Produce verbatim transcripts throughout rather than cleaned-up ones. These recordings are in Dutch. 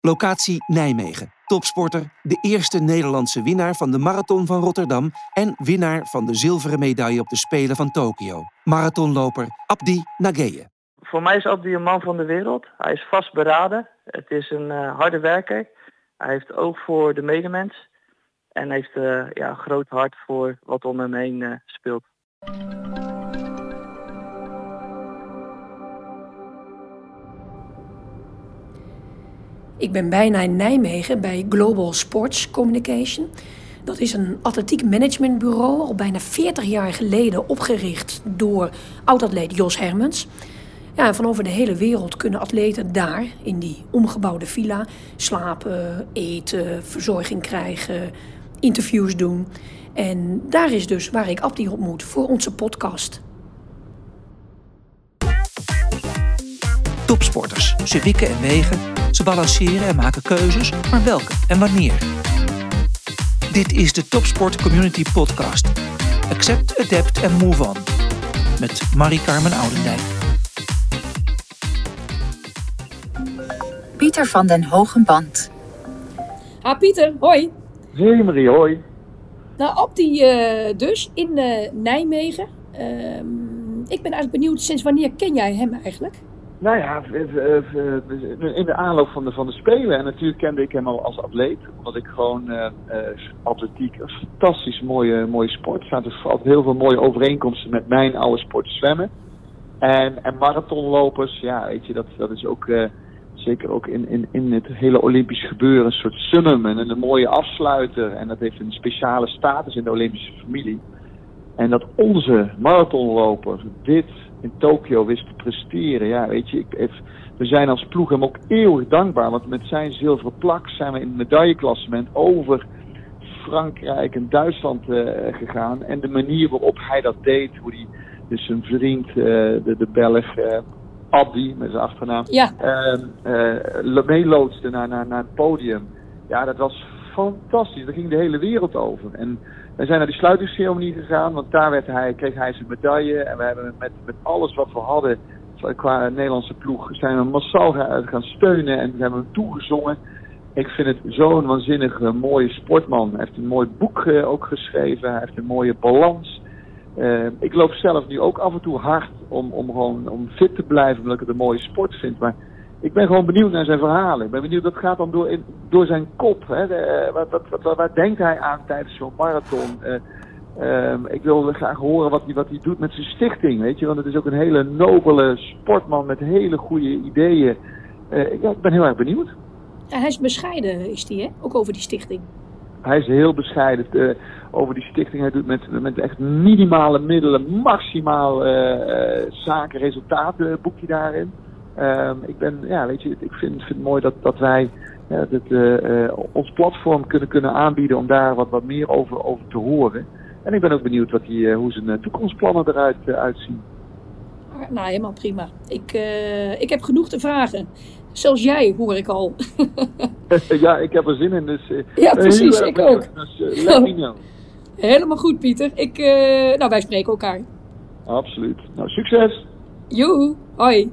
Locatie Nijmegen. Topsporter, de eerste Nederlandse winnaar van de Marathon van Rotterdam en winnaar van de zilveren medaille op de Spelen van Tokio. Marathonloper Abdi Nageye. Voor mij is Abdi een man van de wereld. Hij is vastberaden. Het is een uh, harde werker. Hij heeft oog voor de medemens. En heeft uh, ja, een groot hart voor wat om hem heen uh, speelt. Ik ben bijna in Nijmegen bij Global Sports Communication. Dat is een atletiek managementbureau, al bijna veertig jaar geleden opgericht door oud-atleet Jos Hermens. Ja, en van over de hele wereld kunnen atleten daar, in die omgebouwde villa, slapen, eten, verzorging krijgen, interviews doen. En daar is dus waar ik Abdi ontmoet voor onze podcast. Topsporters, ze wikken en wegen, ze balanceren en maken keuzes, maar welke en wanneer? Dit is de Topsport Community Podcast. Accept, adapt en move on. Met Marie-Carmen Oudendijk. Pieter van den Hogenband. Ah, Pieter, hoi. Hey Marie, hoi. Nou, Abdi uh, dus in uh, Nijmegen. Uh, ik ben eigenlijk benieuwd, sinds wanneer ken jij hem eigenlijk? Nou ja, in de aanloop van de, van de Spelen. En natuurlijk kende ik hem al als atleet. Omdat ik gewoon uh, uh, atletiek een fantastisch mooie, mooie sport. Er zaten altijd heel veel mooie overeenkomsten met mijn oude sport zwemmen. En, en marathonlopers, ja weet je, dat, dat is ook uh, zeker ook in, in, in het hele Olympisch gebeuren een soort summum en een mooie afsluiter. En dat heeft een speciale status in de Olympische familie. En dat onze marathonloper dit in Tokio wist te presteren. Ja, weet je, ik, we zijn als ploeg hem ook eeuwig dankbaar. Want met zijn zilveren plak zijn we in het medailleklassement over Frankrijk en Duitsland uh, gegaan. En de manier waarop hij dat deed, hoe hij dus zijn vriend, uh, de, de Belg uh, Abdi, met zijn achternaam, ja. uh, uh, meeloodste naar, naar, naar het podium. Ja, dat was fantastisch. Daar ging de hele wereld over. En we zijn naar die sluitingsceremonie gegaan, want daar werd hij, kreeg hij zijn medaille. En we hebben met, met alles wat we hadden qua Nederlandse ploeg zijn we massaal gaan steunen en we hebben hem toegezongen. Ik vind het zo'n waanzinnig uh, mooie sportman. Hij heeft een mooi boek uh, ook geschreven. Hij heeft een mooie balans. Uh, ik loop zelf nu ook af en toe hard om, om gewoon om fit te blijven, omdat ik het een mooie sport vind. Maar ik ben gewoon benieuwd naar zijn verhalen. Ik ben benieuwd, dat gaat dan door, in, door zijn kop. Hè? De, wat, wat, wat, wat denkt hij aan tijdens zo'n marathon? Uh, uh, ik wil graag horen wat hij, wat hij doet met zijn stichting. Weet je? Want het is ook een hele nobele sportman met hele goede ideeën. Uh, ik, ja, ik ben heel erg benieuwd. Ja, hij is bescheiden, is hij, hè? Ook over die stichting. Hij is heel bescheiden uh, over die stichting. Hij doet met, met echt minimale middelen maximaal uh, uh, zaken, resultaten boekt hij daarin. Uh, ik ben, ja, weet je, ik vind, vind het mooi dat, dat wij uh, dat, uh, uh, ons platform kunnen, kunnen aanbieden om daar wat, wat meer over, over te horen. En ik ben ook benieuwd wat die, uh, hoe zijn uh, toekomstplannen eruit uh, uitzien. Nou, helemaal prima. Ik, uh, ik heb genoeg te vragen. Zelfs jij, hoor ik al. Ja, ik heb er zin in. Dus, uh, ja, precies, ik leuk. ook. Dus uh, let me know. Helemaal goed, Pieter. Ik, uh, nou, wij spreken elkaar. Absoluut. Nou, succes! Joe, hoi.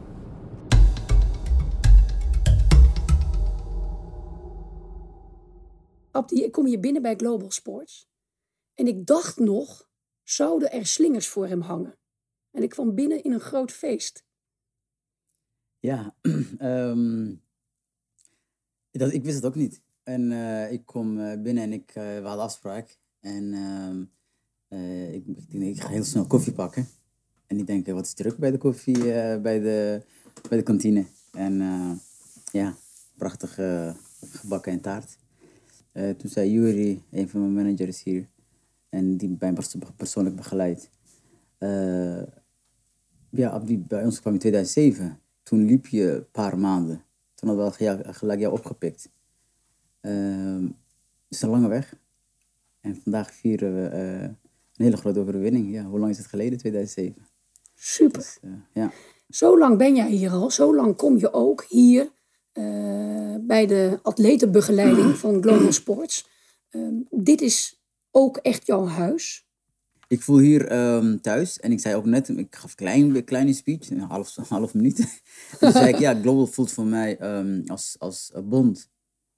Abdi, ik kom hier binnen bij Global Sports. En ik dacht nog, zouden er slingers voor hem hangen? En ik kwam binnen in een groot feest. Ja, um, dat, ik wist het ook niet. En uh, ik kom uh, binnen en ik, uh, we hadden afspraak. En um, uh, ik, ik, ik ga heel snel koffie pakken. En ik denk, wat is druk bij de koffie, uh, bij, de, bij de kantine. En uh, ja, prachtig uh, gebakken en taart. Uh, toen zei Yuri, een van mijn managers hier, en die mij persoonlijk begeleidt. Uh, ja, Abdi, bij ons kwam in tweeduizend zeven. Toen liep je een paar maanden. Toen hadden we al gelijk jou opgepikt. Uh, het is een lange weg. En vandaag vieren we uh, een hele grote overwinning. Ja, hoe lang is het geleden? tweeduizend zeven. Super. Dus, uh, ja. Zo lang ben jij hier al. Zo lang kom je ook hier uh, bij de atletenbegeleiding van Global Sports. Uh, dit is ook echt jouw huis. Ik voel hier um, thuis. En ik zei ook net, ik gaf een klein, kleine speech, een half, half minuut. En toen zei ik, ja, Global voelt voor mij um, als, als bond.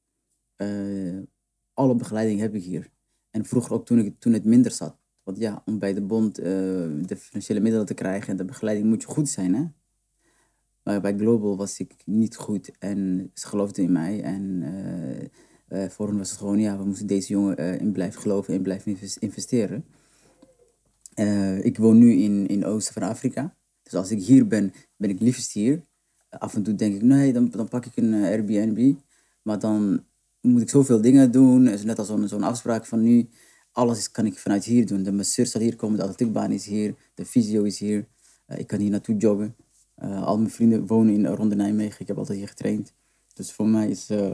Uh, alle begeleiding heb ik hier. En vroeger ook toen, ik, toen het minder zat. Want ja, om bij de bond uh, de financiële middelen te krijgen en de begeleiding moet je goed zijn, hè. Maar bij Global was ik niet goed en ze geloofden in mij. En uh, uh, voor hen was het gewoon, ja, we moesten deze jongen uh, in blijven geloven en blijven investeren. Uh, ik woon nu in, in oosten van Afrika. Dus als ik hier ben, ben ik liefst hier. Uh, af en toe denk ik, nee, dan, dan pak ik een uh, Airbnb. Maar dan moet ik zoveel dingen doen. Het is net als zo'n, zo'n afspraak van nu. Alles kan ik vanuit hier doen. De masseur zal hier komen, de atletiekbaan is hier. De fysio is hier. Uh, ik kan hier naartoe joggen. Uh, al mijn vrienden wonen in rond Nijmegen. Ik heb altijd hier getraind. Dus voor mij is uh,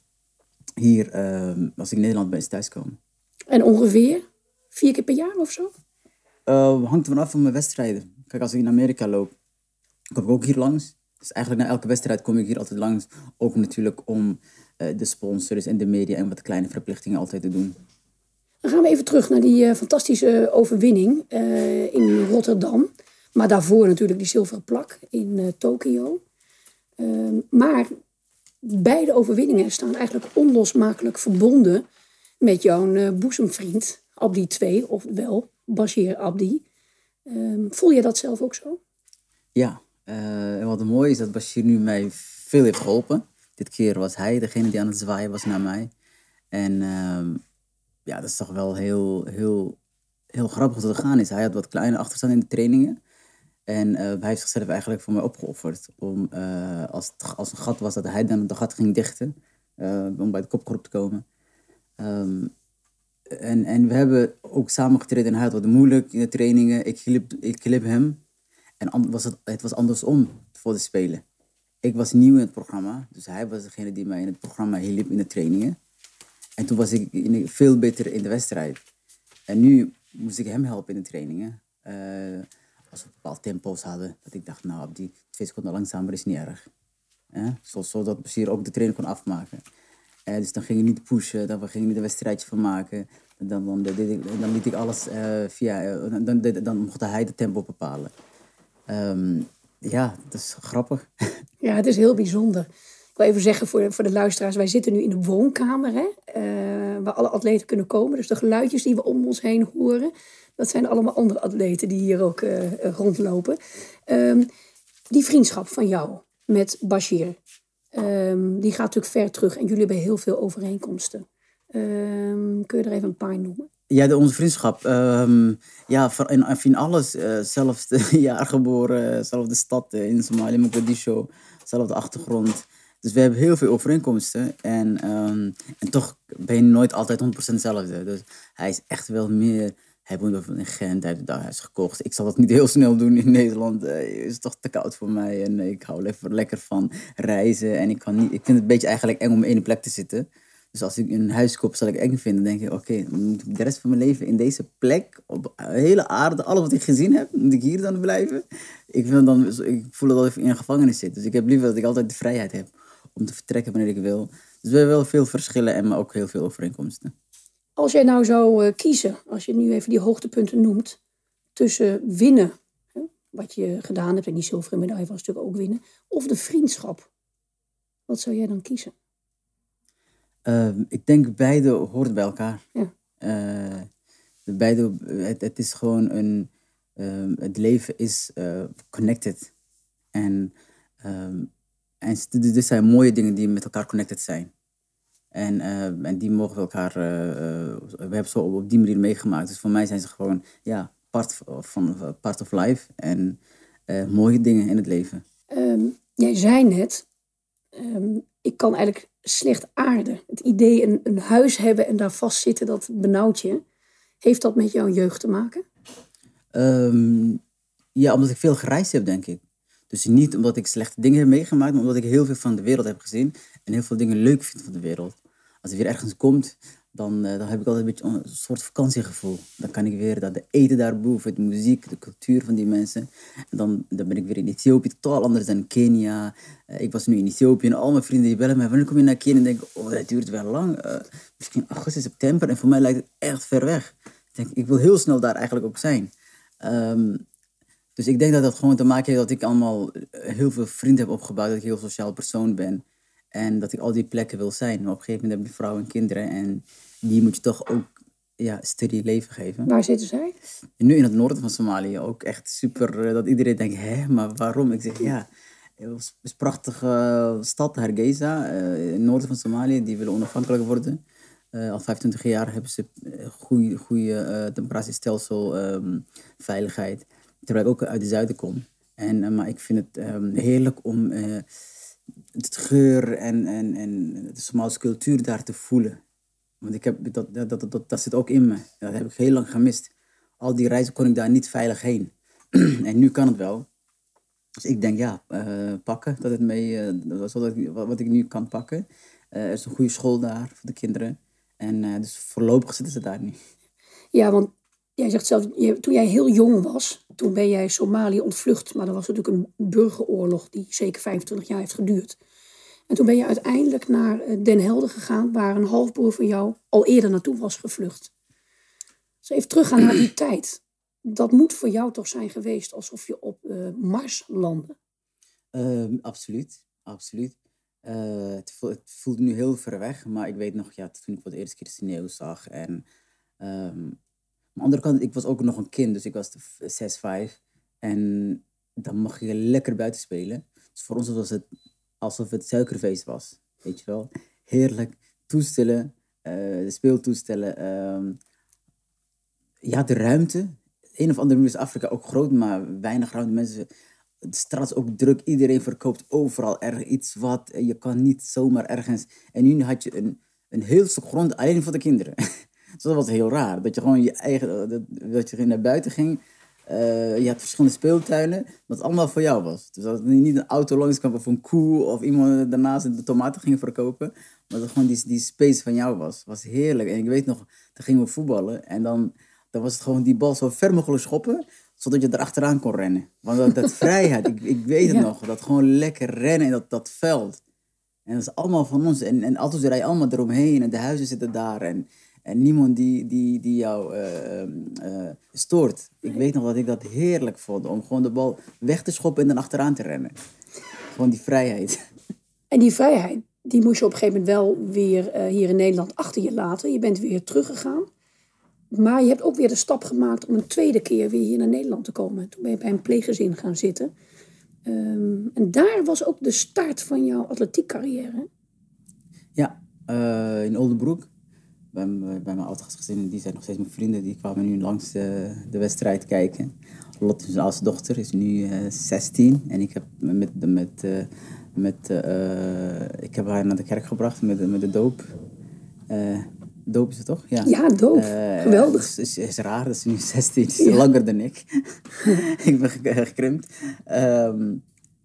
hier, uh, als ik in Nederland ben, is thuiskomen. En ongeveer vier keer per jaar of zo? Uh, hangt ervan af van mijn wedstrijden. Kijk, als ik in Amerika loop, kom ik ook hier langs. Dus eigenlijk na elke wedstrijd kom ik hier altijd langs. Ook natuurlijk om uh, de sponsors en de media en wat kleine verplichtingen altijd te doen. Dan gaan we even terug naar die uh, fantastische overwinning uh, in Rotterdam. Maar daarvoor natuurlijk die zilveren plak in uh, Tokio. Uh, maar beide overwinningen staan eigenlijk onlosmakelijk verbonden met jouw uh, boezemvriend Abdi twee, ofwel Bashir Abdi. Uh, voel je dat zelf ook zo? Ja, uh, en wat mooi is dat Bashir nu mij veel heeft geholpen. Dit keer was hij degene die aan het zwaaien was naar mij. En uh, ja, dat is toch wel heel, heel, heel grappig dat het gegaan is. Hij had wat kleine achterstand in de trainingen. En uh, hij heeft zichzelf eigenlijk voor mij opgeofferd. Om, uh, als het als een gat was, dat hij dan de gat ging dichten. Uh, om bij de kopgroep te komen. Um, en, en we hebben ook samen getraind en hij had wat moeilijk in de trainingen. Ik hielp, ik hielp hem. En and, was het, het was andersom voor de Spelen. Ik was nieuw in het programma. Dus hij was degene die mij in het programma hielp in de trainingen. En toen was ik in, veel beter in de wedstrijd. En nu moest ik hem helpen in de trainingen. Uh, als we bepaalde tempo's hadden. Dat ik dacht, nou, op die twee seconden langzamer is niet erg. Eh? Zodat Bashir ook de training kon afmaken. Uh, dus dan ging ik niet pushen. Dan ging ik niet een wedstrijdje van maken. Dan, dan, dan, dan liet ik alles uh, via... Uh, dan, dan, dan mocht hij de tempo bepalen. Um, ja, dat is grappig. Ja, het is heel bijzonder. Ik wil even zeggen voor de, voor de luisteraars. Wij zitten nu in een woonkamer. Hè, uh, waar alle atleten kunnen komen. Dus de geluidjes die we om ons heen horen. Dat zijn allemaal andere atleten die hier ook uh, rondlopen. Um, die vriendschap van jou met Bashir. Um, die gaat natuurlijk ver terug. En jullie hebben heel veel overeenkomsten. Um, kun je er even een paar noemen? Ja, de, onze vriendschap. Um, ja, in, in alles. Uh, zelfde jaar geboren. Zelfde stad uh, in Somalië, Mogadishu. Zelfde achtergrond. Dus we hebben heel veel overeenkomsten. En, um, en toch ben je nooit altijd honderd procent hetzelfde. Dus hij is echt wel meer... Hij woont in Gent, hij heeft een huis gekocht. Ik zal dat niet heel snel doen in Nederland. Het uh, is toch te koud voor mij. En uh, ik hou lekker, lekker van reizen. En ik, kan niet, ik vind het een beetje eigenlijk eng om in één plek te zitten. Dus als ik een huis koop, zal ik eng vinden. Dan denk ik, oké, okay, moet ik de rest van mijn leven in deze plek, op de hele aarde, alles wat ik gezien heb, moet ik hier dan blijven? Ik, vind dan, ik voel dat ik in een gevangenis zit. Dus ik heb liever dat ik altijd de vrijheid heb om te vertrekken wanneer ik wil. Dus we hebben wel veel verschillen en maar ook heel veel overeenkomsten. Als jij nou zou uh, kiezen, als je nu even die hoogtepunten noemt, tussen winnen, hè, wat je gedaan hebt, en die zilveren medaille was natuurlijk ook winnen, of de vriendschap, wat zou jij dan kiezen? Uh, ik denk beide hoort bij elkaar. Ja. Uh, beide, het, het is gewoon een, uh, het leven is uh, connected. En, um, en dit zijn mooie dingen die met elkaar connected zijn. En, uh, en die mogen we elkaar, uh, uh, we hebben ze op die manier meegemaakt. Dus voor mij zijn ze gewoon, ja, part, van, part of life. En uh, mooie dingen in het leven. Um, jij zei net, um, ik kan eigenlijk slecht aarden. Het idee een, een huis hebben en daar vastzitten, dat benauwt je. Heeft dat met jouw jeugd te maken? Um, ja, omdat ik veel gereisd heb, denk ik. Dus niet omdat ik slechte dingen heb meegemaakt, maar omdat ik heel veel van de wereld heb gezien. En heel veel dingen leuk vind van de wereld. Als ik weer ergens kom, dan, uh, dan heb ik altijd een beetje een soort vakantiegevoel. Dan kan ik weer dat de eten daar boven, de muziek, de cultuur van die mensen. En dan, dan ben ik weer in Ethiopië, totaal anders dan Kenia. Uh, ik was nu in Ethiopië en al mijn vrienden die bellen mij. Wanneer kom je naar Kenia? En denk ik, oh, dat duurt wel lang. Uh, misschien augustus, september. En voor mij lijkt het echt ver weg. denk, ik wil heel snel daar eigenlijk ook zijn. Um, dus ik denk dat dat gewoon te maken heeft dat ik allemaal heel veel vrienden heb opgebouwd. Dat ik een heel sociaal persoon ben. En dat ik al die plekken wil zijn. Maar op een gegeven moment heb je vrouw en kinderen. En die moet je toch ook ja, steriel leven geven. Waar zitten zij? En nu in het noorden van Somalië. Ook echt super. Uh, dat iedereen denkt, hè, maar waarom? Ik zeg, ja, het was een prachtige stad, Hargeisa. Uh, in het noorden van Somalië. Die willen onafhankelijk worden. Uh, al vijfentwintig jaar hebben ze goede, goede uh, temperatiestelsel, um, veiligheid. Terwijl ik ook uit het zuiden kom. En, uh, maar ik vind het um, heerlijk om uh, het geur en, en, en de Somalische cultuur daar te voelen. Want ik heb, dat, dat, dat, dat, dat zit ook in me. Dat heb ik heel lang gemist. Al die reizen kon ik daar niet veilig heen. En nu kan het wel. Dus ik denk, ja, uh, pakken. Dat het mee, uh, zodat ik, wat ik nu kan pakken. Uh, er is een goede school daar voor de kinderen. En uh, dus voorlopig zitten ze daar nu. Ja, want jij zegt zelf, je, toen jij heel jong was, toen ben jij Somalië ontvlucht. Maar dat was natuurlijk een burgeroorlog die zeker vijfentwintig jaar heeft geduurd. En toen ben je uiteindelijk naar Den Helder gegaan, waar een halfbroer van jou al eerder naartoe was gevlucht. Dus even teruggaan naar die tijd. Dat moet voor jou toch zijn geweest alsof je op uh, Mars landde? Uh, absoluut, absoluut. Uh, het, voelt, het voelt nu heel ver weg, maar ik weet nog, ja, toen ik voor de eerste keer sneeuw zag. En um, aan de andere kant, ik was ook nog een kind, dus ik was zes, vijf. En dan mag je lekker buiten spelen. Dus voor ons was het alsof het suikerfeest was, weet je wel. Heerlijk, toestellen, uh, de speeltoestellen. Um, ja, de ruimte. Een of andere manier is Afrika ook groot, maar weinig ruimte. Mensen... De straat is ook druk. Iedereen verkoopt overal erg iets wat. Je kan niet zomaar ergens... En nu had je een, een heel stuk grond alleen voor de kinderen. Dus dat was heel raar. Dat je gewoon je eigen... Dat, dat je naar buiten ging. Uh, je had verschillende speeltuinen. Dat het allemaal voor jou was. Dus dat niet een auto langs kwam of een koe... Of iemand daarnaast de tomaten ging verkopen. Maar dat het gewoon die, die space van jou was. Was heerlijk. En ik weet nog, dan gingen we voetballen. En dan, dan was het gewoon die bal zo ver mogelijk schoppen... Zodat je erachteraan kon rennen. Want dat, dat vrijheid, ik, ik weet het ja. nog. Dat gewoon lekker rennen in dat, dat veld. En dat is allemaal van ons. En, en auto's rijden allemaal eromheen. En de huizen zitten daar. En, en niemand die, die, die jou uh, uh, stoort. Ik weet nog dat ik dat heerlijk vond. Om gewoon de bal weg te schoppen en dan achteraan te rennen. Gewoon die vrijheid. En die vrijheid, die moest je op een gegeven moment wel weer uh, hier in Nederland achter je laten. Je bent weer teruggegaan. Maar je hebt ook weer de stap gemaakt om een tweede keer weer hier naar Nederland te komen. Toen ben je bij een pleeggezin gaan zitten. Um, en daar was ook de start van jouw atletiekcarrière. Ja, uh, in Oldenbroek. Bij, bij mijn ouders gezin, die zijn nog steeds mijn vrienden. Die kwamen nu langs de, de wedstrijd kijken. Lotte, zijn oudste dochter, is nu uh, zestien. En ik heb met, met, uh, met, uh, ik heb haar naar de kerk gebracht met, met de doop. Uh, Doop is het toch? Ja, ja doop. Uh, Geweldig. Het is, is, is raar, dat is nu zestien, is ja. langer dan ik. Ik ben gekrimpt. Um,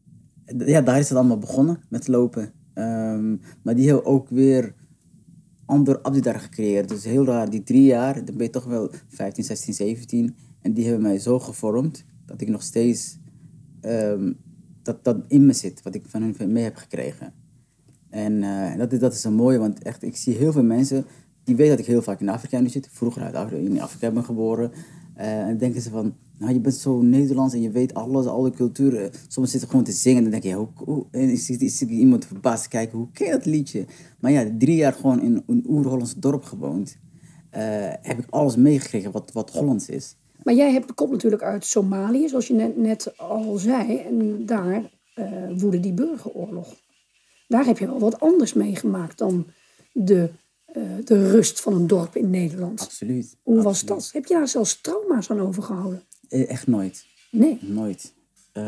ja, daar is het allemaal begonnen met lopen. Um, maar die hebben ook weer ander Abdi daar gecreëerd. Dus heel raar, die drie jaar, dan ben je toch wel vijftien, zestien, zeventien. En die hebben mij zo gevormd dat ik nog steeds um, dat, dat in me zit, wat ik van hun mee heb gekregen. En uh, dat, is, dat is een mooie, want echt, ik zie heel veel mensen... Die weten dat ik heel vaak in Afrika nu zit. Vroeger uit Afrika, in Afrika ben geboren. Uh, en dan denken ze van, nou, je bent zo Nederlands en je weet alles, alle culturen. Soms zitten gewoon te zingen en dan denk je, hoe, hoe, en ik zie, ik zie iemand verbaasd kijken, hoe ken je dat liedje? Maar ja, drie jaar gewoon in een oer-Hollands dorp gewoond. Uh, heb ik alles meegekregen wat, wat Hollands is. Maar jij hebt, komt natuurlijk uit Somalië, zoals je net, net al zei. En daar uh, woedde die burgeroorlog. Daar heb je wel wat anders meegemaakt dan de... Uh, de rust van een dorp in Nederland. Absoluut. Hoe absoluut. was dat? Heb je daar zelfs trauma's aan overgehouden? Eh, echt nooit. Nee? Nooit. Uh,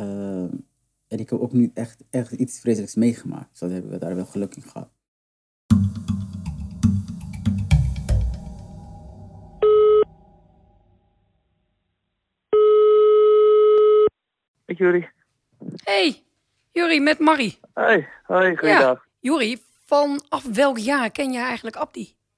en ik heb ook niet echt, echt iets vreselijks meegemaakt. Dus dat hebben we daar wel geluk in gehad. Met Juri. Hey, Juri met Marie. Hoi, hoi, goeiedag. Ja, Juri, vanaf welk jaar ken jij eigenlijk Abdi?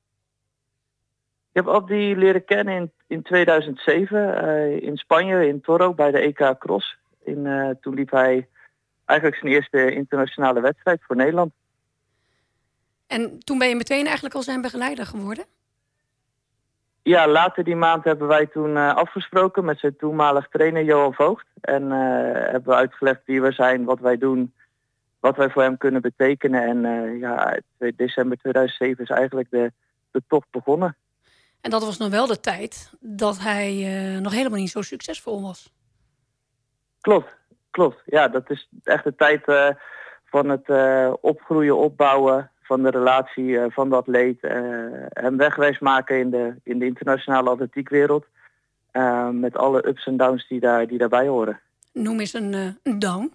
Ik heb Abdi leren kennen in, in tweeduizend zeven uh, in Spanje, in Toro, bij de E K Cross. In, uh, toen liep hij eigenlijk zijn eerste internationale wedstrijd voor Nederland. En toen ben je meteen eigenlijk al zijn begeleider geworden? Ja, later die maand hebben wij toen uh, afgesproken met zijn toenmalig trainer Johan Voogd. En uh, hebben we uitgelegd wie we zijn, wat wij doen, wat wij voor hem kunnen betekenen. En uh, ja, december tweeduizend zeven is eigenlijk de, de tocht begonnen. En dat was nog wel de tijd dat hij uh, nog helemaal niet zo succesvol was. Klopt, klopt. Ja, dat is echt de tijd uh, van het uh, opgroeien, opbouwen van de relatie uh, van de atleet. Uh, hem wegwijs maken in de, in de internationale atletiekwereld. Uh, met alle ups en downs die, daar, die daarbij horen. Noem eens een, uh, een down.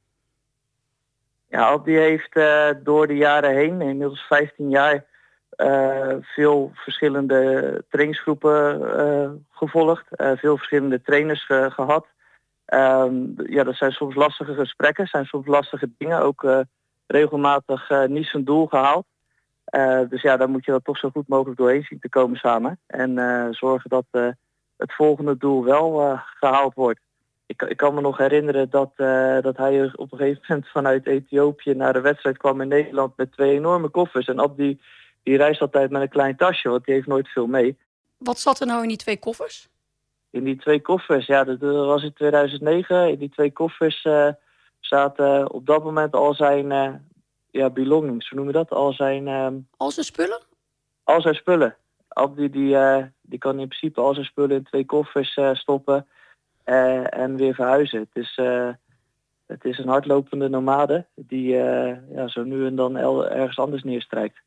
Ja, Abdi heeft uh, door de jaren heen, inmiddels vijftien jaar... Uh, veel verschillende trainingsgroepen uh, gevolgd. Uh, veel verschillende trainers uh, gehad. Um, ja, dat zijn soms lastige gesprekken, zijn soms lastige dingen. Ook uh, regelmatig uh, niet zijn doel gehaald. Uh, dus ja, daar moet je dat toch zo goed mogelijk doorheen zien te komen samen. En uh, zorgen dat uh, het volgende doel wel uh, gehaald wordt. Ik, ik kan me nog herinneren dat, uh, dat hij op een gegeven moment vanuit Ethiopië naar de wedstrijd kwam in Nederland met twee enorme koffers. En Abdi die reist altijd met een klein tasje, want die heeft nooit veel mee. Wat zat er nou in die twee koffers? In die twee koffers, ja, dat was in tweeduizend negen. In die twee koffers uh, zaten op dat moment al zijn uh, ja, belongings, hoe noem je dat? Al zijn... Uh, al zijn spullen? Al zijn spullen. Abdi die, uh, die kan in principe al zijn spullen in twee koffers uh, stoppen uh, en weer verhuizen. Het is, uh, het is een hardlopende nomade die uh, ja, zo nu en dan el- ergens anders neerstrijkt.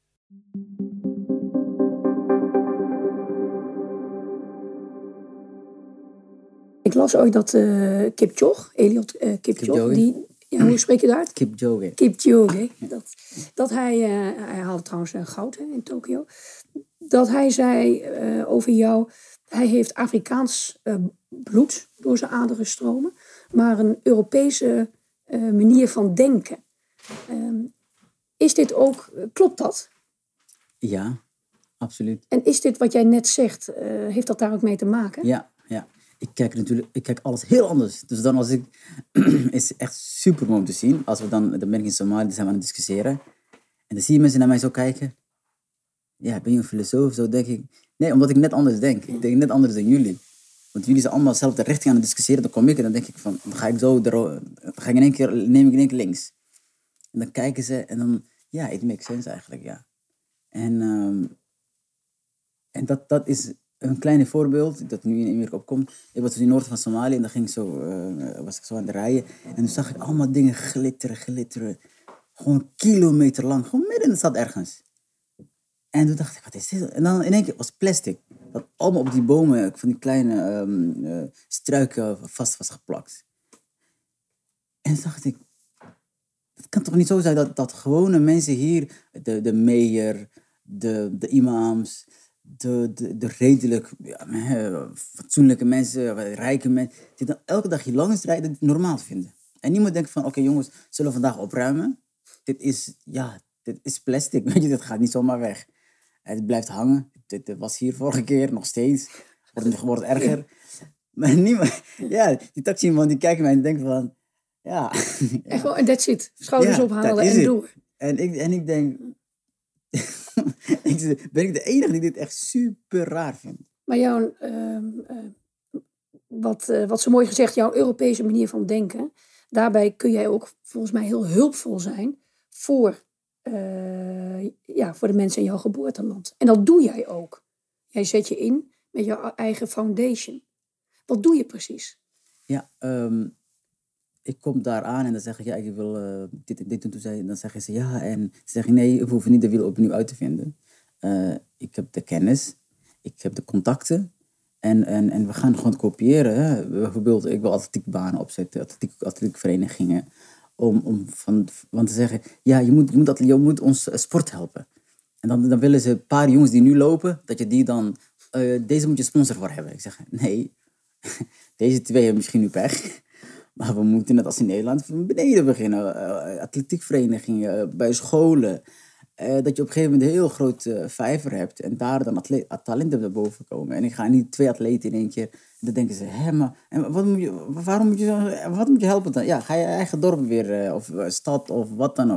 Ik las ooit dat uh, Kipchoge, Eliud uh, Kipchoge, die, ja, hoe spreek je dat uit? Kipchoge. Kipchoge. Dat, dat hij, uh, hij haalde trouwens uh, goud hè, in Tokio. Dat hij zei uh, over jou, hij heeft Afrikaans uh, bloed door zijn aderen stromen, maar een Europese uh, manier van denken. Uh, is dit ook, uh, klopt dat? Ja, absoluut. En is dit wat jij net zegt, uh, heeft dat daar ook mee te maken? Ja, ja. Ik kijk natuurlijk, ik kijk alles heel anders. Dus dan als ik, is echt super mooi om te zien. Als we dan, dan ben ik in Somalië, dan zijn we aan het discussiëren. En dan zie je mensen naar mij zo kijken. Ja, ben je een filosoof? Zo denk ik. Nee, omdat ik net anders denk. Ik denk net anders dan jullie. Want jullie zijn allemaal dezelfde richting aan het discussiëren. Dan kom ik en dan denk ik van, dan ga ik zo, dan ga ik in één keer, neem ik in één keer links. En dan kijken ze en dan, ja, it makes sense eigenlijk, ja. En, um, en dat, dat is een klein voorbeeld dat nu in Amerika opkomt. Ik was in het noorden van Somalië en dan ging ik zo, uh, was ik zo aan het rijden. En toen zag ik allemaal dingen glitteren, glitteren. Gewoon kilometer lang, gewoon midden in de stad ergens. En toen dacht ik, wat is dit? En dan in één keer was plastic. Dat allemaal op die bomen, van die kleine um, uh, struiken vast was geplakt. En toen dacht ik, het kan toch niet zo zijn dat, dat gewone mensen hier, de, de mayor, de, de imams, de, de, de redelijk ja, fatsoenlijke mensen, rijke mensen, die dan elke dag hier langs rijden, dit normaal vinden. En niemand denkt van, oké okay, jongens, zullen we vandaag opruimen? Dit is, ja, dit is plastic, weet je, dit gaat niet zomaar weg. Het blijft hangen. Dit, dit was hier vorige keer, nog steeds. Het wordt erger. Maar niemand, ja, die taximan die kijkt mij en denkt van, ja. En gewoon, that's it. Schouders ja, ophalen en door. En ik, en ik denk, ben ik de enige die dit echt super raar vindt. Maar jouw, uh, uh, wat, uh, wat zo mooi gezegd, jouw Europese manier van denken, daarbij kun jij ook volgens mij heel hulpvol zijn voor, uh, ja, voor de mensen in jouw geboorteland. En dat doe jij ook. Jij zet je in met jouw eigen foundation. Wat doe je precies? Ja, um, ik kom daar aan en dan zeg ik, ja, ik wil uh, dit en dit en toen. Dan zeggen ze ja en dan zeg ik, nee, we hoeven niet de wiel opnieuw uit te vinden. Uh, ik heb de kennis, ik heb de contacten en, en, en we gaan gewoon kopiëren. Hè. Bijvoorbeeld, ik wil atletiekbanen opzetten, atletiek, atletiekverenigingen, om, om van, van te zeggen, ja, je moet, je moet, je moet ons sport helpen. En dan, dan willen ze een paar jongens die nu lopen, dat je die dan, uh, deze moet je sponsor voor hebben. Ik zeg, nee, deze twee hebben misschien nu pech. Maar we moeten net als in Nederland van beneden beginnen. Uh, atletiekverenigingen, uh, bij scholen. Uh, dat je op een gegeven moment een heel groot uh, vijver hebt. En daar dan atle- talenten naar boven komen. En ik ga niet twee atleten in één keer. Dan denken ze, hé, maar en wat moet je, waarom moet je, wat moet je helpen dan? Ja, ga je eigen dorp weer, uh, of uh, stad, of wat dan ook.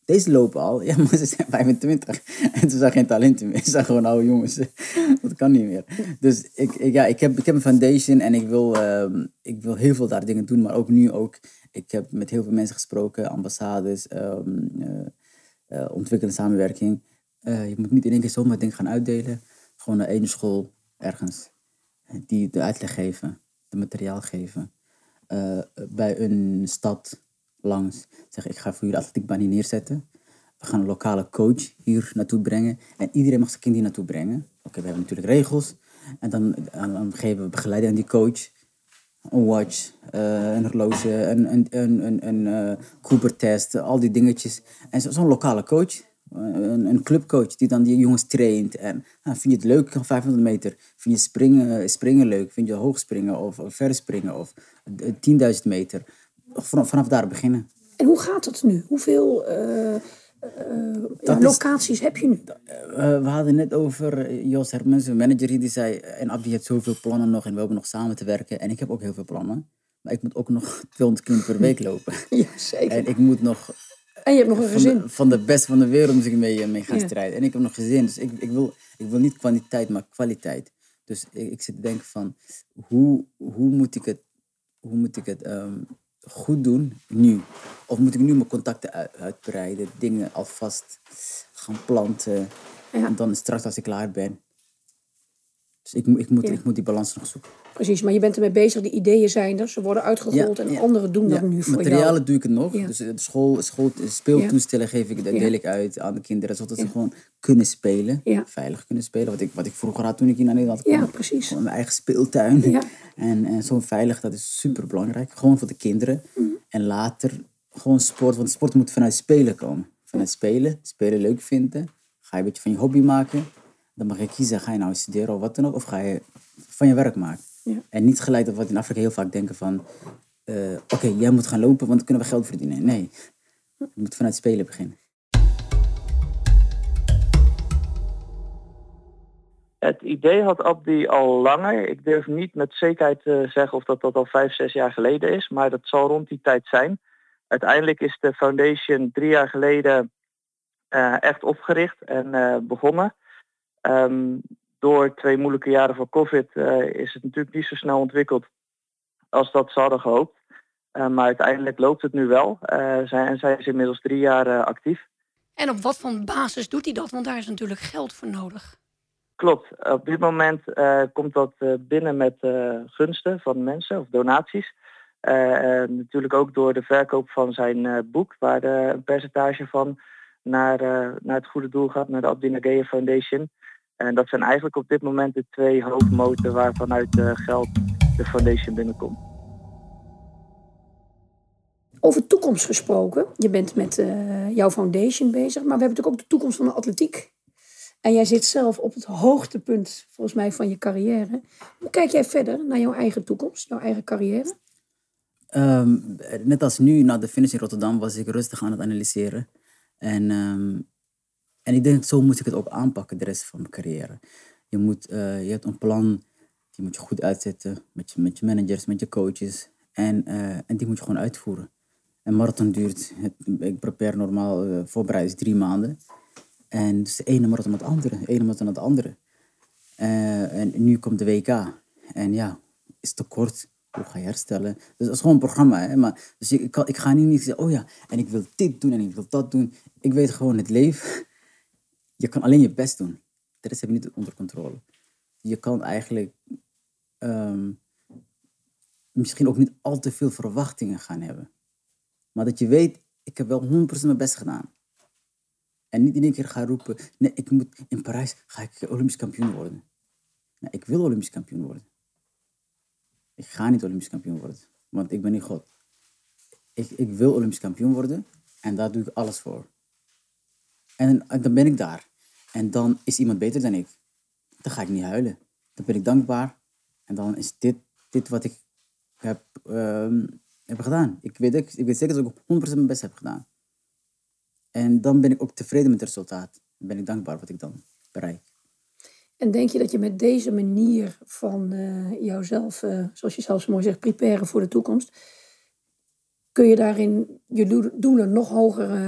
deze lopen al. Ja, maar ze zijn vijfentwintig. En ze zijn geen talenten meer. Ze zijn gewoon oude jongens. Dat kan niet meer. Dus ik, ik, ja, ik, heb, ik heb een foundation en ik wil, uh, ik wil heel veel daar dingen doen. Maar ook nu ook. Ik heb met heel veel mensen gesproken. Ambassades, um, uh, uh, ontwikkelende samenwerking. Uh, je moet niet in één keer zomaar dingen gaan uitdelen. Gewoon naar één school ergens. Die de uitleg geven. De materiaal geven. Uh, bij een stad langs. Zeg, ik ga voor jullie de atletiekbaan hier neerzetten. We gaan een lokale coach hier naartoe brengen. En iedereen mag zijn kind hier naartoe brengen. Oké, okay, we hebben natuurlijk regels. En dan, dan, dan geven we begeleiding aan die coach. Een watch, uh, een horloge, een, een, een, een, een uh, Cooper-test, al die dingetjes. En zo, zo'n lokale coach. Een, een clubcoach die dan die jongens traint. En nou, vind je het leuk van vijfhonderd meter? Vind je springen, springen leuk? Vind je hoog springen of, of ver springen of tienduizend meter? Vanaf, vanaf daar beginnen. En hoe gaat het nu? Hoeveel uh, uh, ja, locaties is, heb je nu? Uh, we hadden net over Jos Hermens, een manager hier, die zei... En Abdi heeft zoveel plannen nog en we hebben nog samen te werken. En ik heb ook heel veel plannen. Maar ik moet ook nog tweehonderd kilometer per week lopen. Ja, zeker. En ik moet nog... En je hebt nog een gezin. Van de, van de beste van de wereld moet ik mee, mee gaan ja. strijden. En ik heb nog gezin. Dus ik, ik, wil, ik wil niet kwantiteit, maar kwaliteit. Dus ik, ik zit te denken van... Hoe, hoe moet ik het, hoe moet ik het um, goed doen nu? Of moet ik nu mijn contacten uit, uitbreiden? Dingen alvast gaan planten. Ja. En dan straks als ik klaar ben. Dus ik, ik, moet, ja. ik moet die balans nog zoeken. Precies, maar je bent ermee bezig, de ideeën zijn er, ze worden uitgerold ja, en ja. anderen doen ja. dat nu voor Materialen jou. Materialen doe ik het nog, ja. dus de school, school speeltoestellen geef ik, dat deel ik uit aan de kinderen, zodat ja. ze gewoon kunnen spelen, ja. veilig kunnen spelen. Wat ik, wat ik vroeger had toen ik hier naar Nederland kwam. Ja, precies. Gewoon mijn eigen speeltuin. Ja. En, en zo veilig, dat is super belangrijk. Gewoon voor de kinderen. Mm. En later gewoon sport, want sport moet vanuit spelen komen. Vanuit ja. spelen, spelen leuk vinden. Ga je een beetje van je hobby maken. Dan mag je kiezen, ga je nou studeren of wat dan ook, of ga je van je werk maken. Ja. En niet gelijk dat we in Afrika heel vaak denken van... Uh, Oké, okay, jij moet gaan lopen, want dan kunnen we geld verdienen. Nee, je moet vanuit spelen beginnen. Het idee had Abdi al langer. Ik durf niet met zekerheid te zeggen of dat, dat al vijf, zes jaar geleden is. Maar dat zal rond die tijd zijn. Uiteindelijk is de foundation drie jaar geleden uh, echt opgericht en uh, begonnen. Um, door twee moeilijke jaren van COVID uh, is het natuurlijk niet zo snel ontwikkeld als dat ze hadden gehoopt. Uh, maar uiteindelijk loopt het nu wel. Uh, zijn, en zij is inmiddels drie jaar uh, actief. En op wat voor basis doet hij dat? Want daar is natuurlijk geld voor nodig. Klopt. Op dit moment uh, komt dat uh, binnen met uh, gunsten van mensen of donaties. Uh, uh, natuurlijk ook door de verkoop van zijn uh, boek, waar de, een percentage van naar, uh, naar het goede doel gaat, naar de Abdi Nageye Foundation. En dat zijn eigenlijk op dit moment de twee hoofdmoten waar vanuit uh, geld de foundation binnenkomt. Over toekomst gesproken. Je bent met uh, jouw foundation bezig, maar we hebben natuurlijk ook de toekomst van de atletiek. En jij zit zelf op het hoogtepunt, volgens mij, van je carrière. Hoe kijk jij verder naar jouw eigen toekomst, jouw eigen carrière? Um, net als nu, na de finish in Rotterdam, was ik rustig aan het analyseren. En, um, en ik denk, zo moet ik het ook aanpakken, de rest van mijn carrière. Je, moet, uh, je hebt een plan, die moet je goed uitzetten met je, met je managers, met je coaches. En, uh, en die moet je gewoon uitvoeren. Een marathon duurt, het, ik probeer normaal, uh, voorbereid is drie maanden. En dus de ene marathon naar de andere, de ene marathon naar de andere. Uh, en nu komt de W K. En ja, is te kort. Hoe ga je herstellen? Dus dat is gewoon een programma. Hè? Maar, dus ik, ik ga niet zeggen, oh ja, en ik wil dit doen en ik wil dat doen. Ik weet gewoon, het leven, je kan alleen je best doen. De rest heb je niet onder controle. Je kan eigenlijk um, misschien ook niet al te veel verwachtingen gaan hebben. Maar dat je weet, ik heb wel honderd procent mijn best gedaan. En niet in één keer gaan roepen, nee, ik moet, in Parijs ga ik Olympisch kampioen worden. Nee, ik wil Olympisch kampioen worden. Ik ga niet Olympisch kampioen worden, want ik ben niet God. Ik, ik wil Olympisch kampioen worden en daar doe ik alles voor. En, en dan ben ik daar. En dan is iemand beter dan ik. Dan ga ik niet huilen. Dan ben ik dankbaar. En dan is dit, dit wat ik heb, um, heb gedaan. Ik weet, ik, ik weet zeker dat ik honderd procent mijn best heb gedaan. En dan ben ik ook tevreden met het resultaat. Dan ben ik dankbaar wat ik dan bereik. En denk je dat je met deze manier van uh, jouzelf, uh, zoals je zelf zo mooi zegt, preparen voor de toekomst, kun je daarin je doelen nog hoger uh,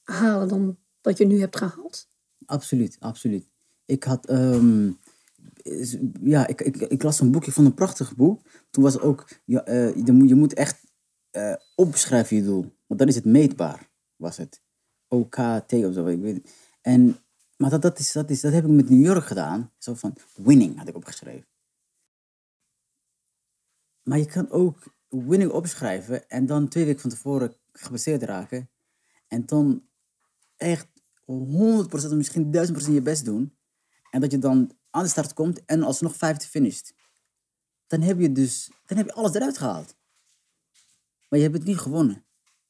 halen dan dat je nu hebt gehaald? Absoluut, absoluut. Ik had... Um, ja, ik, ik, ik las een boek, ik vond een prachtig boek. Toen was ook... Ja, uh, je, moet, je moet echt uh, opschrijven je doel. Want dan is het meetbaar, was het. O K T of zo, ik weet. En, maar dat, dat, is, dat, is, dat heb ik met New York gedaan. Zo van winning had ik opgeschreven. Maar je kan ook winning opschrijven en dan twee weken van tevoren geblesseerd raken. En dan echt honderd procent, misschien duizend procent je best doen. En dat je dan aan de start komt en alsnog vijfde finisht. Dan heb je dus, dan heb je alles eruit gehaald. Maar je hebt het niet gewonnen.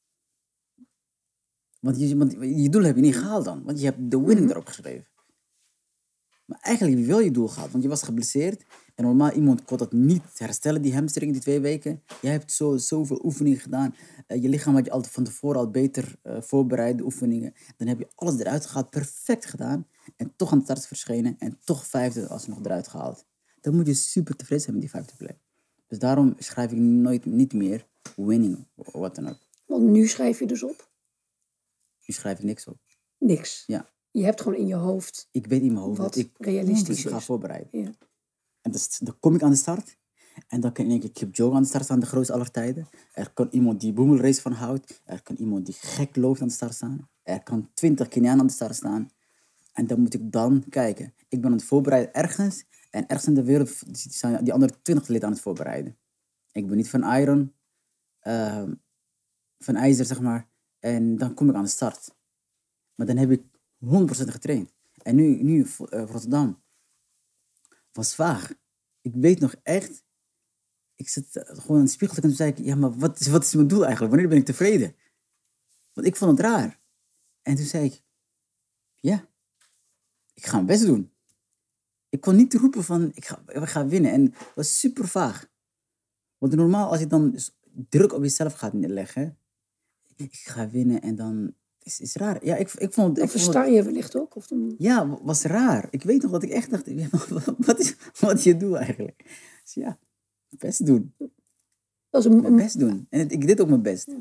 Want je, want je doel heb je niet gehaald dan. Want je hebt de winning erop geschreven. Maar eigenlijk heb je wel je doel gehaald. Want je was geblesseerd. En normaal iemand kon dat niet herstellen, die hamstring, die twee weken. Je hebt zo, zoveel oefeningen gedaan. Uh, je lichaam had je altijd van tevoren al beter uh, voorbereide oefeningen. Dan heb je alles eruit gehaald, perfect gedaan. En toch aan de start verschenen. En toch vijfde alsnog eruit gehaald. Dan moet je super tevreden zijn met die vijfde plek. Dus daarom schrijf ik nooit, niet meer winning, wat dan ook. Want nu schrijf je dus op? Nu schrijf ik niks op. Niks? Ja. Je hebt gewoon in je hoofd... Ik weet in mijn hoofd wat dat ik realistisch is. ga voorbereiden. Ja. En dus, dan kom ik aan de start. En dan kan in één keer Kipchoge aan de start staan, de grootste aller tijden. Er kan iemand die boemelrace van houdt. Er kan iemand die gek loopt aan de start staan. Er kan twintig Kenianen aan de start staan. En dan moet ik dan kijken. Ik ben aan het voorbereiden ergens. En ergens in de wereld zijn die andere twintig leden aan het voorbereiden. Ik ben niet van iron. Uh, van ijzer, zeg maar. En dan kom ik aan de start. Maar dan heb ik honderd procent getraind. En nu, nu uh, Rotterdam was vaag. Ik weet nog echt... Ik zit gewoon in de spiegel en toen zei ik... Ja, maar wat is, wat is mijn doel eigenlijk? Wanneer ben ik tevreden? Want ik vond het raar. En toen zei ik... Ja, ik ga mijn best doen. Ik kon niet roepen van... Ik ga, ik ga winnen. En het was super vaag. Want normaal als je dan druk op jezelf gaat neerleggen... Ik ga winnen en dan... Is, is raar. Ja, ik, ik vond, dan versta je wellicht ook? Of dan... Ja, was raar. Ik weet nog dat ik echt dacht... Ja, wat, is, wat is je doel eigenlijk? Dus ja, best doen. Dat is een... Mijn best doen. En het, ik deed ook mijn best. Ja.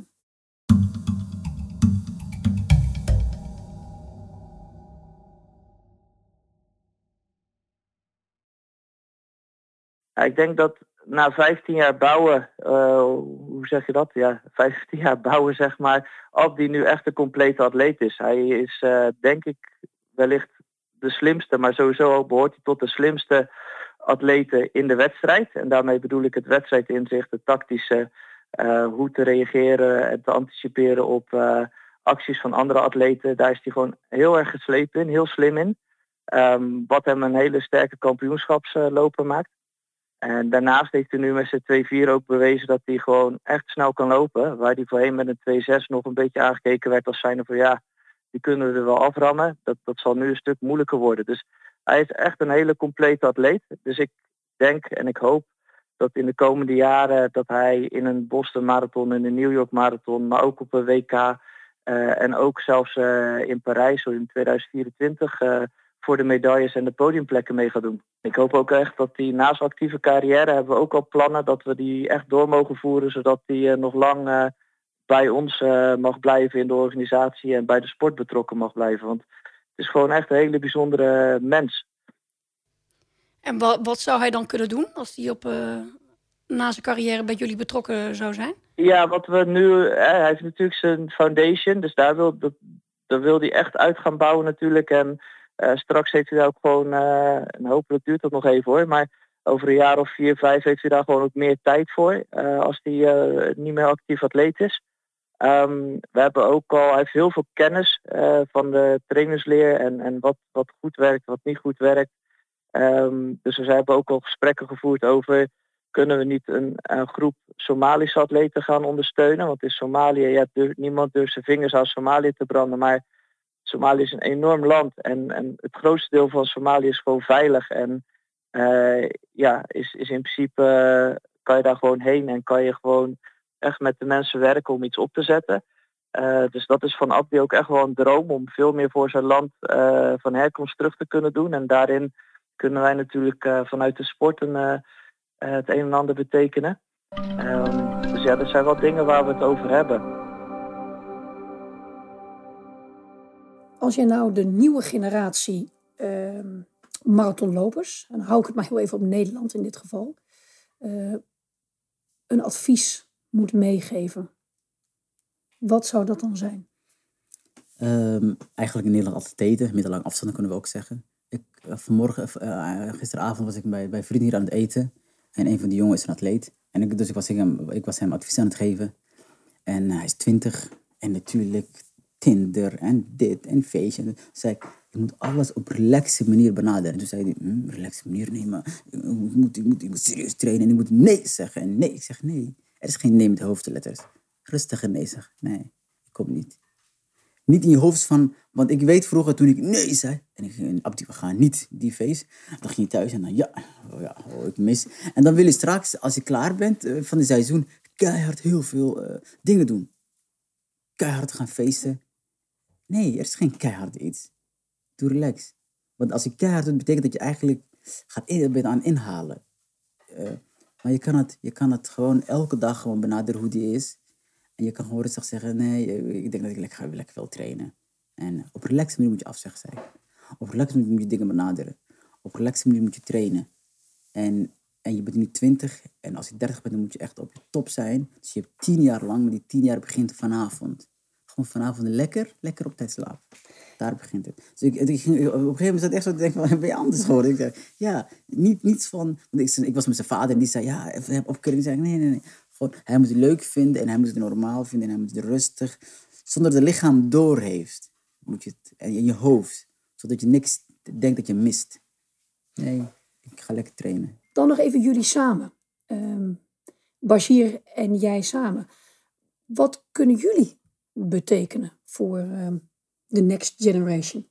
Ja, ik denk dat na vijftien jaar bouwen, uh, hoe zeg je dat? Ja, vijftien jaar bouwen, zeg maar, Abdi nu echt een complete atleet is. Hij is, uh, denk ik, wellicht de slimste, maar sowieso ook behoort hij tot de slimste atleten in de wedstrijd. En daarmee bedoel ik het wedstrijdinzicht, het tactische, uh, hoe te reageren en te anticiperen op uh, acties van andere atleten. Daar is hij gewoon heel erg geslepen in, heel slim in. Um, wat hem een hele sterke kampioenschapsloper maakt. En daarnaast heeft hij nu met zijn twee vier ook bewezen dat hij gewoon echt snel kan lopen. Waar hij voorheen met een twee zes nog een beetje aangekeken werd als zijnde van ja, die kunnen we er wel aframmen. Dat, dat zal nu een stuk moeilijker worden. Dus hij is echt een hele complete atleet. Dus ik denk en ik hoop dat in de komende jaren dat hij in een Boston Marathon, in een New York Marathon, maar ook op een W K uh, en ook zelfs uh, in Parijs in tweeduizend vierentwintig... Uh, voor de medailles en de podiumplekken mee gaat doen. Ik hoop ook echt dat die na zijn actieve carrière hebben we ook al plannen dat we die echt door mogen voeren, zodat die uh, nog lang uh, bij ons uh, mag blijven in de organisatie en bij de sport betrokken mag blijven. Want het is gewoon echt een hele bijzondere mens. En wat, wat zou hij dan kunnen doen als hij op uh, na zijn carrière bij jullie betrokken zou zijn? Ja, wat we nu, uh, hij heeft natuurlijk zijn foundation, dus daar wil, dat, daar wil hij echt uit gaan bouwen natuurlijk. En Uh, straks heeft hij daar ook gewoon, uh, en hopelijk duurt dat nog even hoor, maar over een jaar of vier, vijf heeft hij daar gewoon ook meer tijd voor, uh, als hij uh, niet meer actief atleet is. Um, we hebben ook al, hij heeft heel veel kennis uh, van de trainersleer en, en wat, wat goed werkt, wat niet goed werkt. Um, dus we hebben ook al gesprekken gevoerd over, kunnen we niet een, een groep Somalische atleten gaan ondersteunen? Want in Somalië, ja, durf, niemand durft zijn vingers aan Somalië te branden, maar Somalië is een enorm land en, en het grootste deel van Somalië is gewoon veilig. En uh, ja, is, is in principe, uh, kan je daar gewoon heen en kan je gewoon echt met de mensen werken om iets op te zetten. Uh, dus dat is van Abdi ook echt wel een droom om veel meer voor zijn land uh, van herkomst terug te kunnen doen. En daarin kunnen wij natuurlijk uh, vanuit de sport een, uh, uh, het een en ander betekenen. Um, dus ja, dat zijn wel dingen waar we het over hebben. Als jij nou de nieuwe generatie uh, marathonlopers, en dan hou ik het maar heel even op Nederland in dit geval, uh, een advies moet meegeven, wat zou dat dan zijn? Um, eigenlijk in Nederland atleten, middellange afstanden kunnen we ook zeggen. Ik, uh, vanmorgen, uh, gisteravond was ik bij, bij vrienden hier aan het eten. En een van die jongens is een atleet. En ik, dus ik was, hem, ik was hem advies aan het geven. En uh, hij is twintig. En natuurlijk Tinder en dit en feestje. En toen zei ik, je moet alles op relaxe manier benaderen. En toen zei hij, hm, relaxe manier? Nee, maar ik moet, ik, moet, ik moet serieus trainen. En ik moet nee zeggen. En nee, ik zeg nee. Er is geen nee met hoofdletters. Rustige nee zeg. Nee, ik kom niet. Niet in je hoofd van, want ik weet vroeger toen ik nee zei. En ik ging, Abdi, we gaan niet die feest. Dan ging je thuis en dan, ja, oh ja, oh, ik mis. En dan wil je straks, als je klaar bent uh, van het seizoen, keihard heel veel uh, dingen doen. Keihard gaan feesten. Nee, er is geen keihard iets. Doe relax. Want als je keihard doet, betekent dat je eigenlijk gaat in, aan inhalen. Uh, maar je kan, het, je kan het gewoon elke dag gewoon benaderen hoe die is. En je kan gewoon rustig zeggen, nee, ik denk dat ik lekker, lekker wil trainen. En op relaxe manier moet je afzeggen, zei ik. Op relaxe manier moet je dingen benaderen. Op relaxe manier moet je trainen. En, en je bent nu twintig en als je dertig bent, dan moet je echt op je top zijn. Dus je hebt tien jaar lang, maar die tien jaar begint vanavond. Gewoon vanavond lekker, lekker op tijd slapen. Daar begint het. Dus ik, ik ging, op een gegeven moment zat ik echt zo te denken, van, ben je anders geworden? Ik zei, ja, niet, niets van... Want ik, ik was met zijn vader en die zei, ja, even heb opkeuring. Ik zei, nee, nee, nee. Gewoon, hij moet het leuk vinden en hij moet het normaal vinden en hij moet het rustig. Zonder dat het lichaam doorheeft. Moet je het, en in je hoofd. Zodat je niks denkt dat je mist. Nee, ik ga lekker trainen. Dan nog even jullie samen. Um, Bashir en jij samen. Wat kunnen jullie betekenen voor um, de next generation?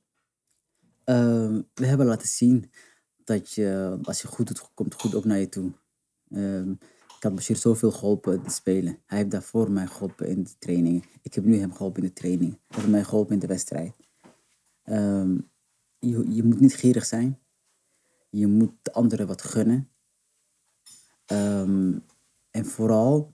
Uh, we hebben laten zien dat je, als je goed doet, komt goed ook naar je toe. Uh, ik had Bashir zoveel geholpen in te spelen. Hij heeft daarvoor mij geholpen in de trainingen. Ik heb nu hem geholpen in de trainingen. Hij heeft mij geholpen in de wedstrijd. Um, je, je moet niet gierig zijn. Je moet de anderen wat gunnen. Um, en vooral,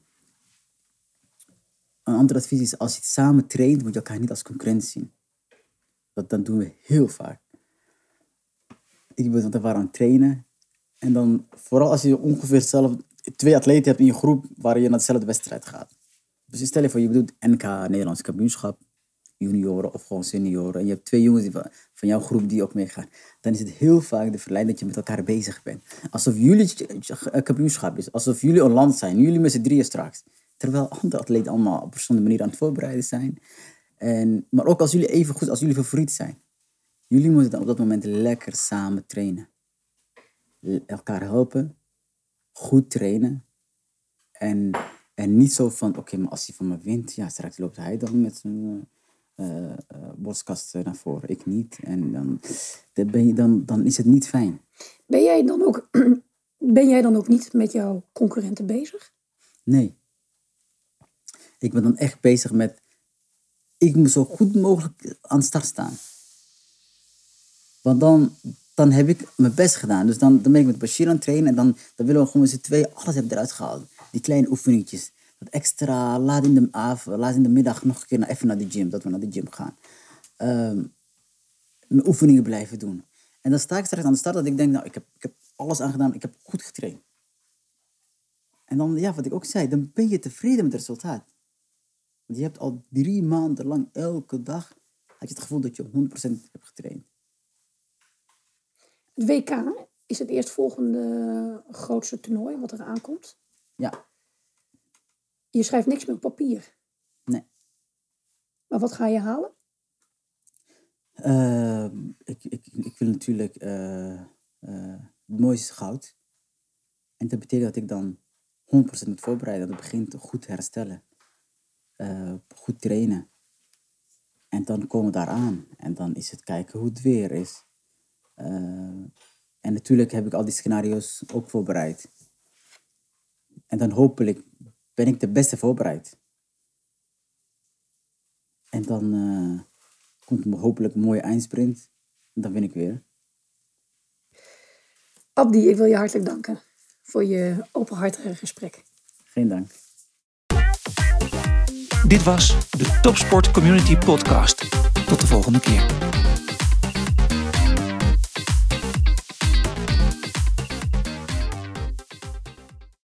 een ander advies is, als je het samen traint, moet je elkaar niet als concurrent zien. Dat, dat doen we heel vaak. Ik ben want we waren aan het trainen. En dan, vooral als je ongeveer zelf twee atleten hebt in je groep waar je naar dezelfde wedstrijd gaat. Dus stel je voor, je doet N K, Nederlands kampioenschap, junioren of gewoon senioren. En je hebt twee jongens die van, van jouw groep die ook meegaan. Dan is het heel vaak de verleiding dat je met elkaar bezig bent. Alsof jullie kampioenschap is. Alsof jullie een land zijn. Jullie met z'n drieën straks. Terwijl andere atleten allemaal op verschillende manieren aan het voorbereiden zijn. En, maar ook als jullie even goed, als jullie favoriet zijn. Jullie moeten dan op dat moment lekker samen trainen. Elkaar helpen. Goed trainen. En, en niet zo van, oké, okay, maar als hij van me wint, ja, straks loopt hij dan met zijn uh, uh, borstkast naar voren. Ik niet. En dan, dan, ben je, dan, dan is het niet fijn. Ben jij dan ook, ben jij dan ook niet met jouw concurrenten bezig? Nee. Ik ben dan echt bezig met, ik moet zo goed mogelijk aan de start staan. Want dan, dan heb ik mijn best gedaan. Dus dan, dan ben ik met Bashir aan het trainen. En dan, dan willen we gewoon met z'n tweeën alles hebben eruit gehaald. Die kleine oefeningetjes. Dat extra, laat in de avond, laat in de middag nog een keer naar, even naar de gym. Dat we naar de gym gaan. Um, mijn oefeningen blijven doen. En dan sta ik straks aan de start dat ik denk, nou, ik heb, ik heb alles aangedaan. Ik heb goed getraind. En dan, ja, wat ik ook zei, dan ben je tevreden met het resultaat. Want je hebt al drie maanden lang, elke dag, had je het gevoel dat je honderd procent hebt getraind. Het W K is het eerstvolgende grootste toernooi wat er aankomt. Ja. Je schrijft niks meer op papier. Nee. Maar wat ga je halen? Uh, ik, ik, ik wil natuurlijk uh, uh, het mooiste is goud. En dat betekent dat ik dan honderd procent moet voorbereiden. Dat begint goed te herstellen. Uh, goed trainen. En dan komen we daar aan. En dan is het kijken hoe het weer is. Uh, en natuurlijk heb ik al die scenario's ook voorbereid. En dan hopelijk ben ik de beste voorbereid. En dan uh, komt er hopelijk een mooie eindsprint. En dan win ik weer. Abdi, ik wil je hartelijk danken voor je openhartige gesprek. Geen dank. Dit was de Topsport Community Podcast. Tot de volgende keer.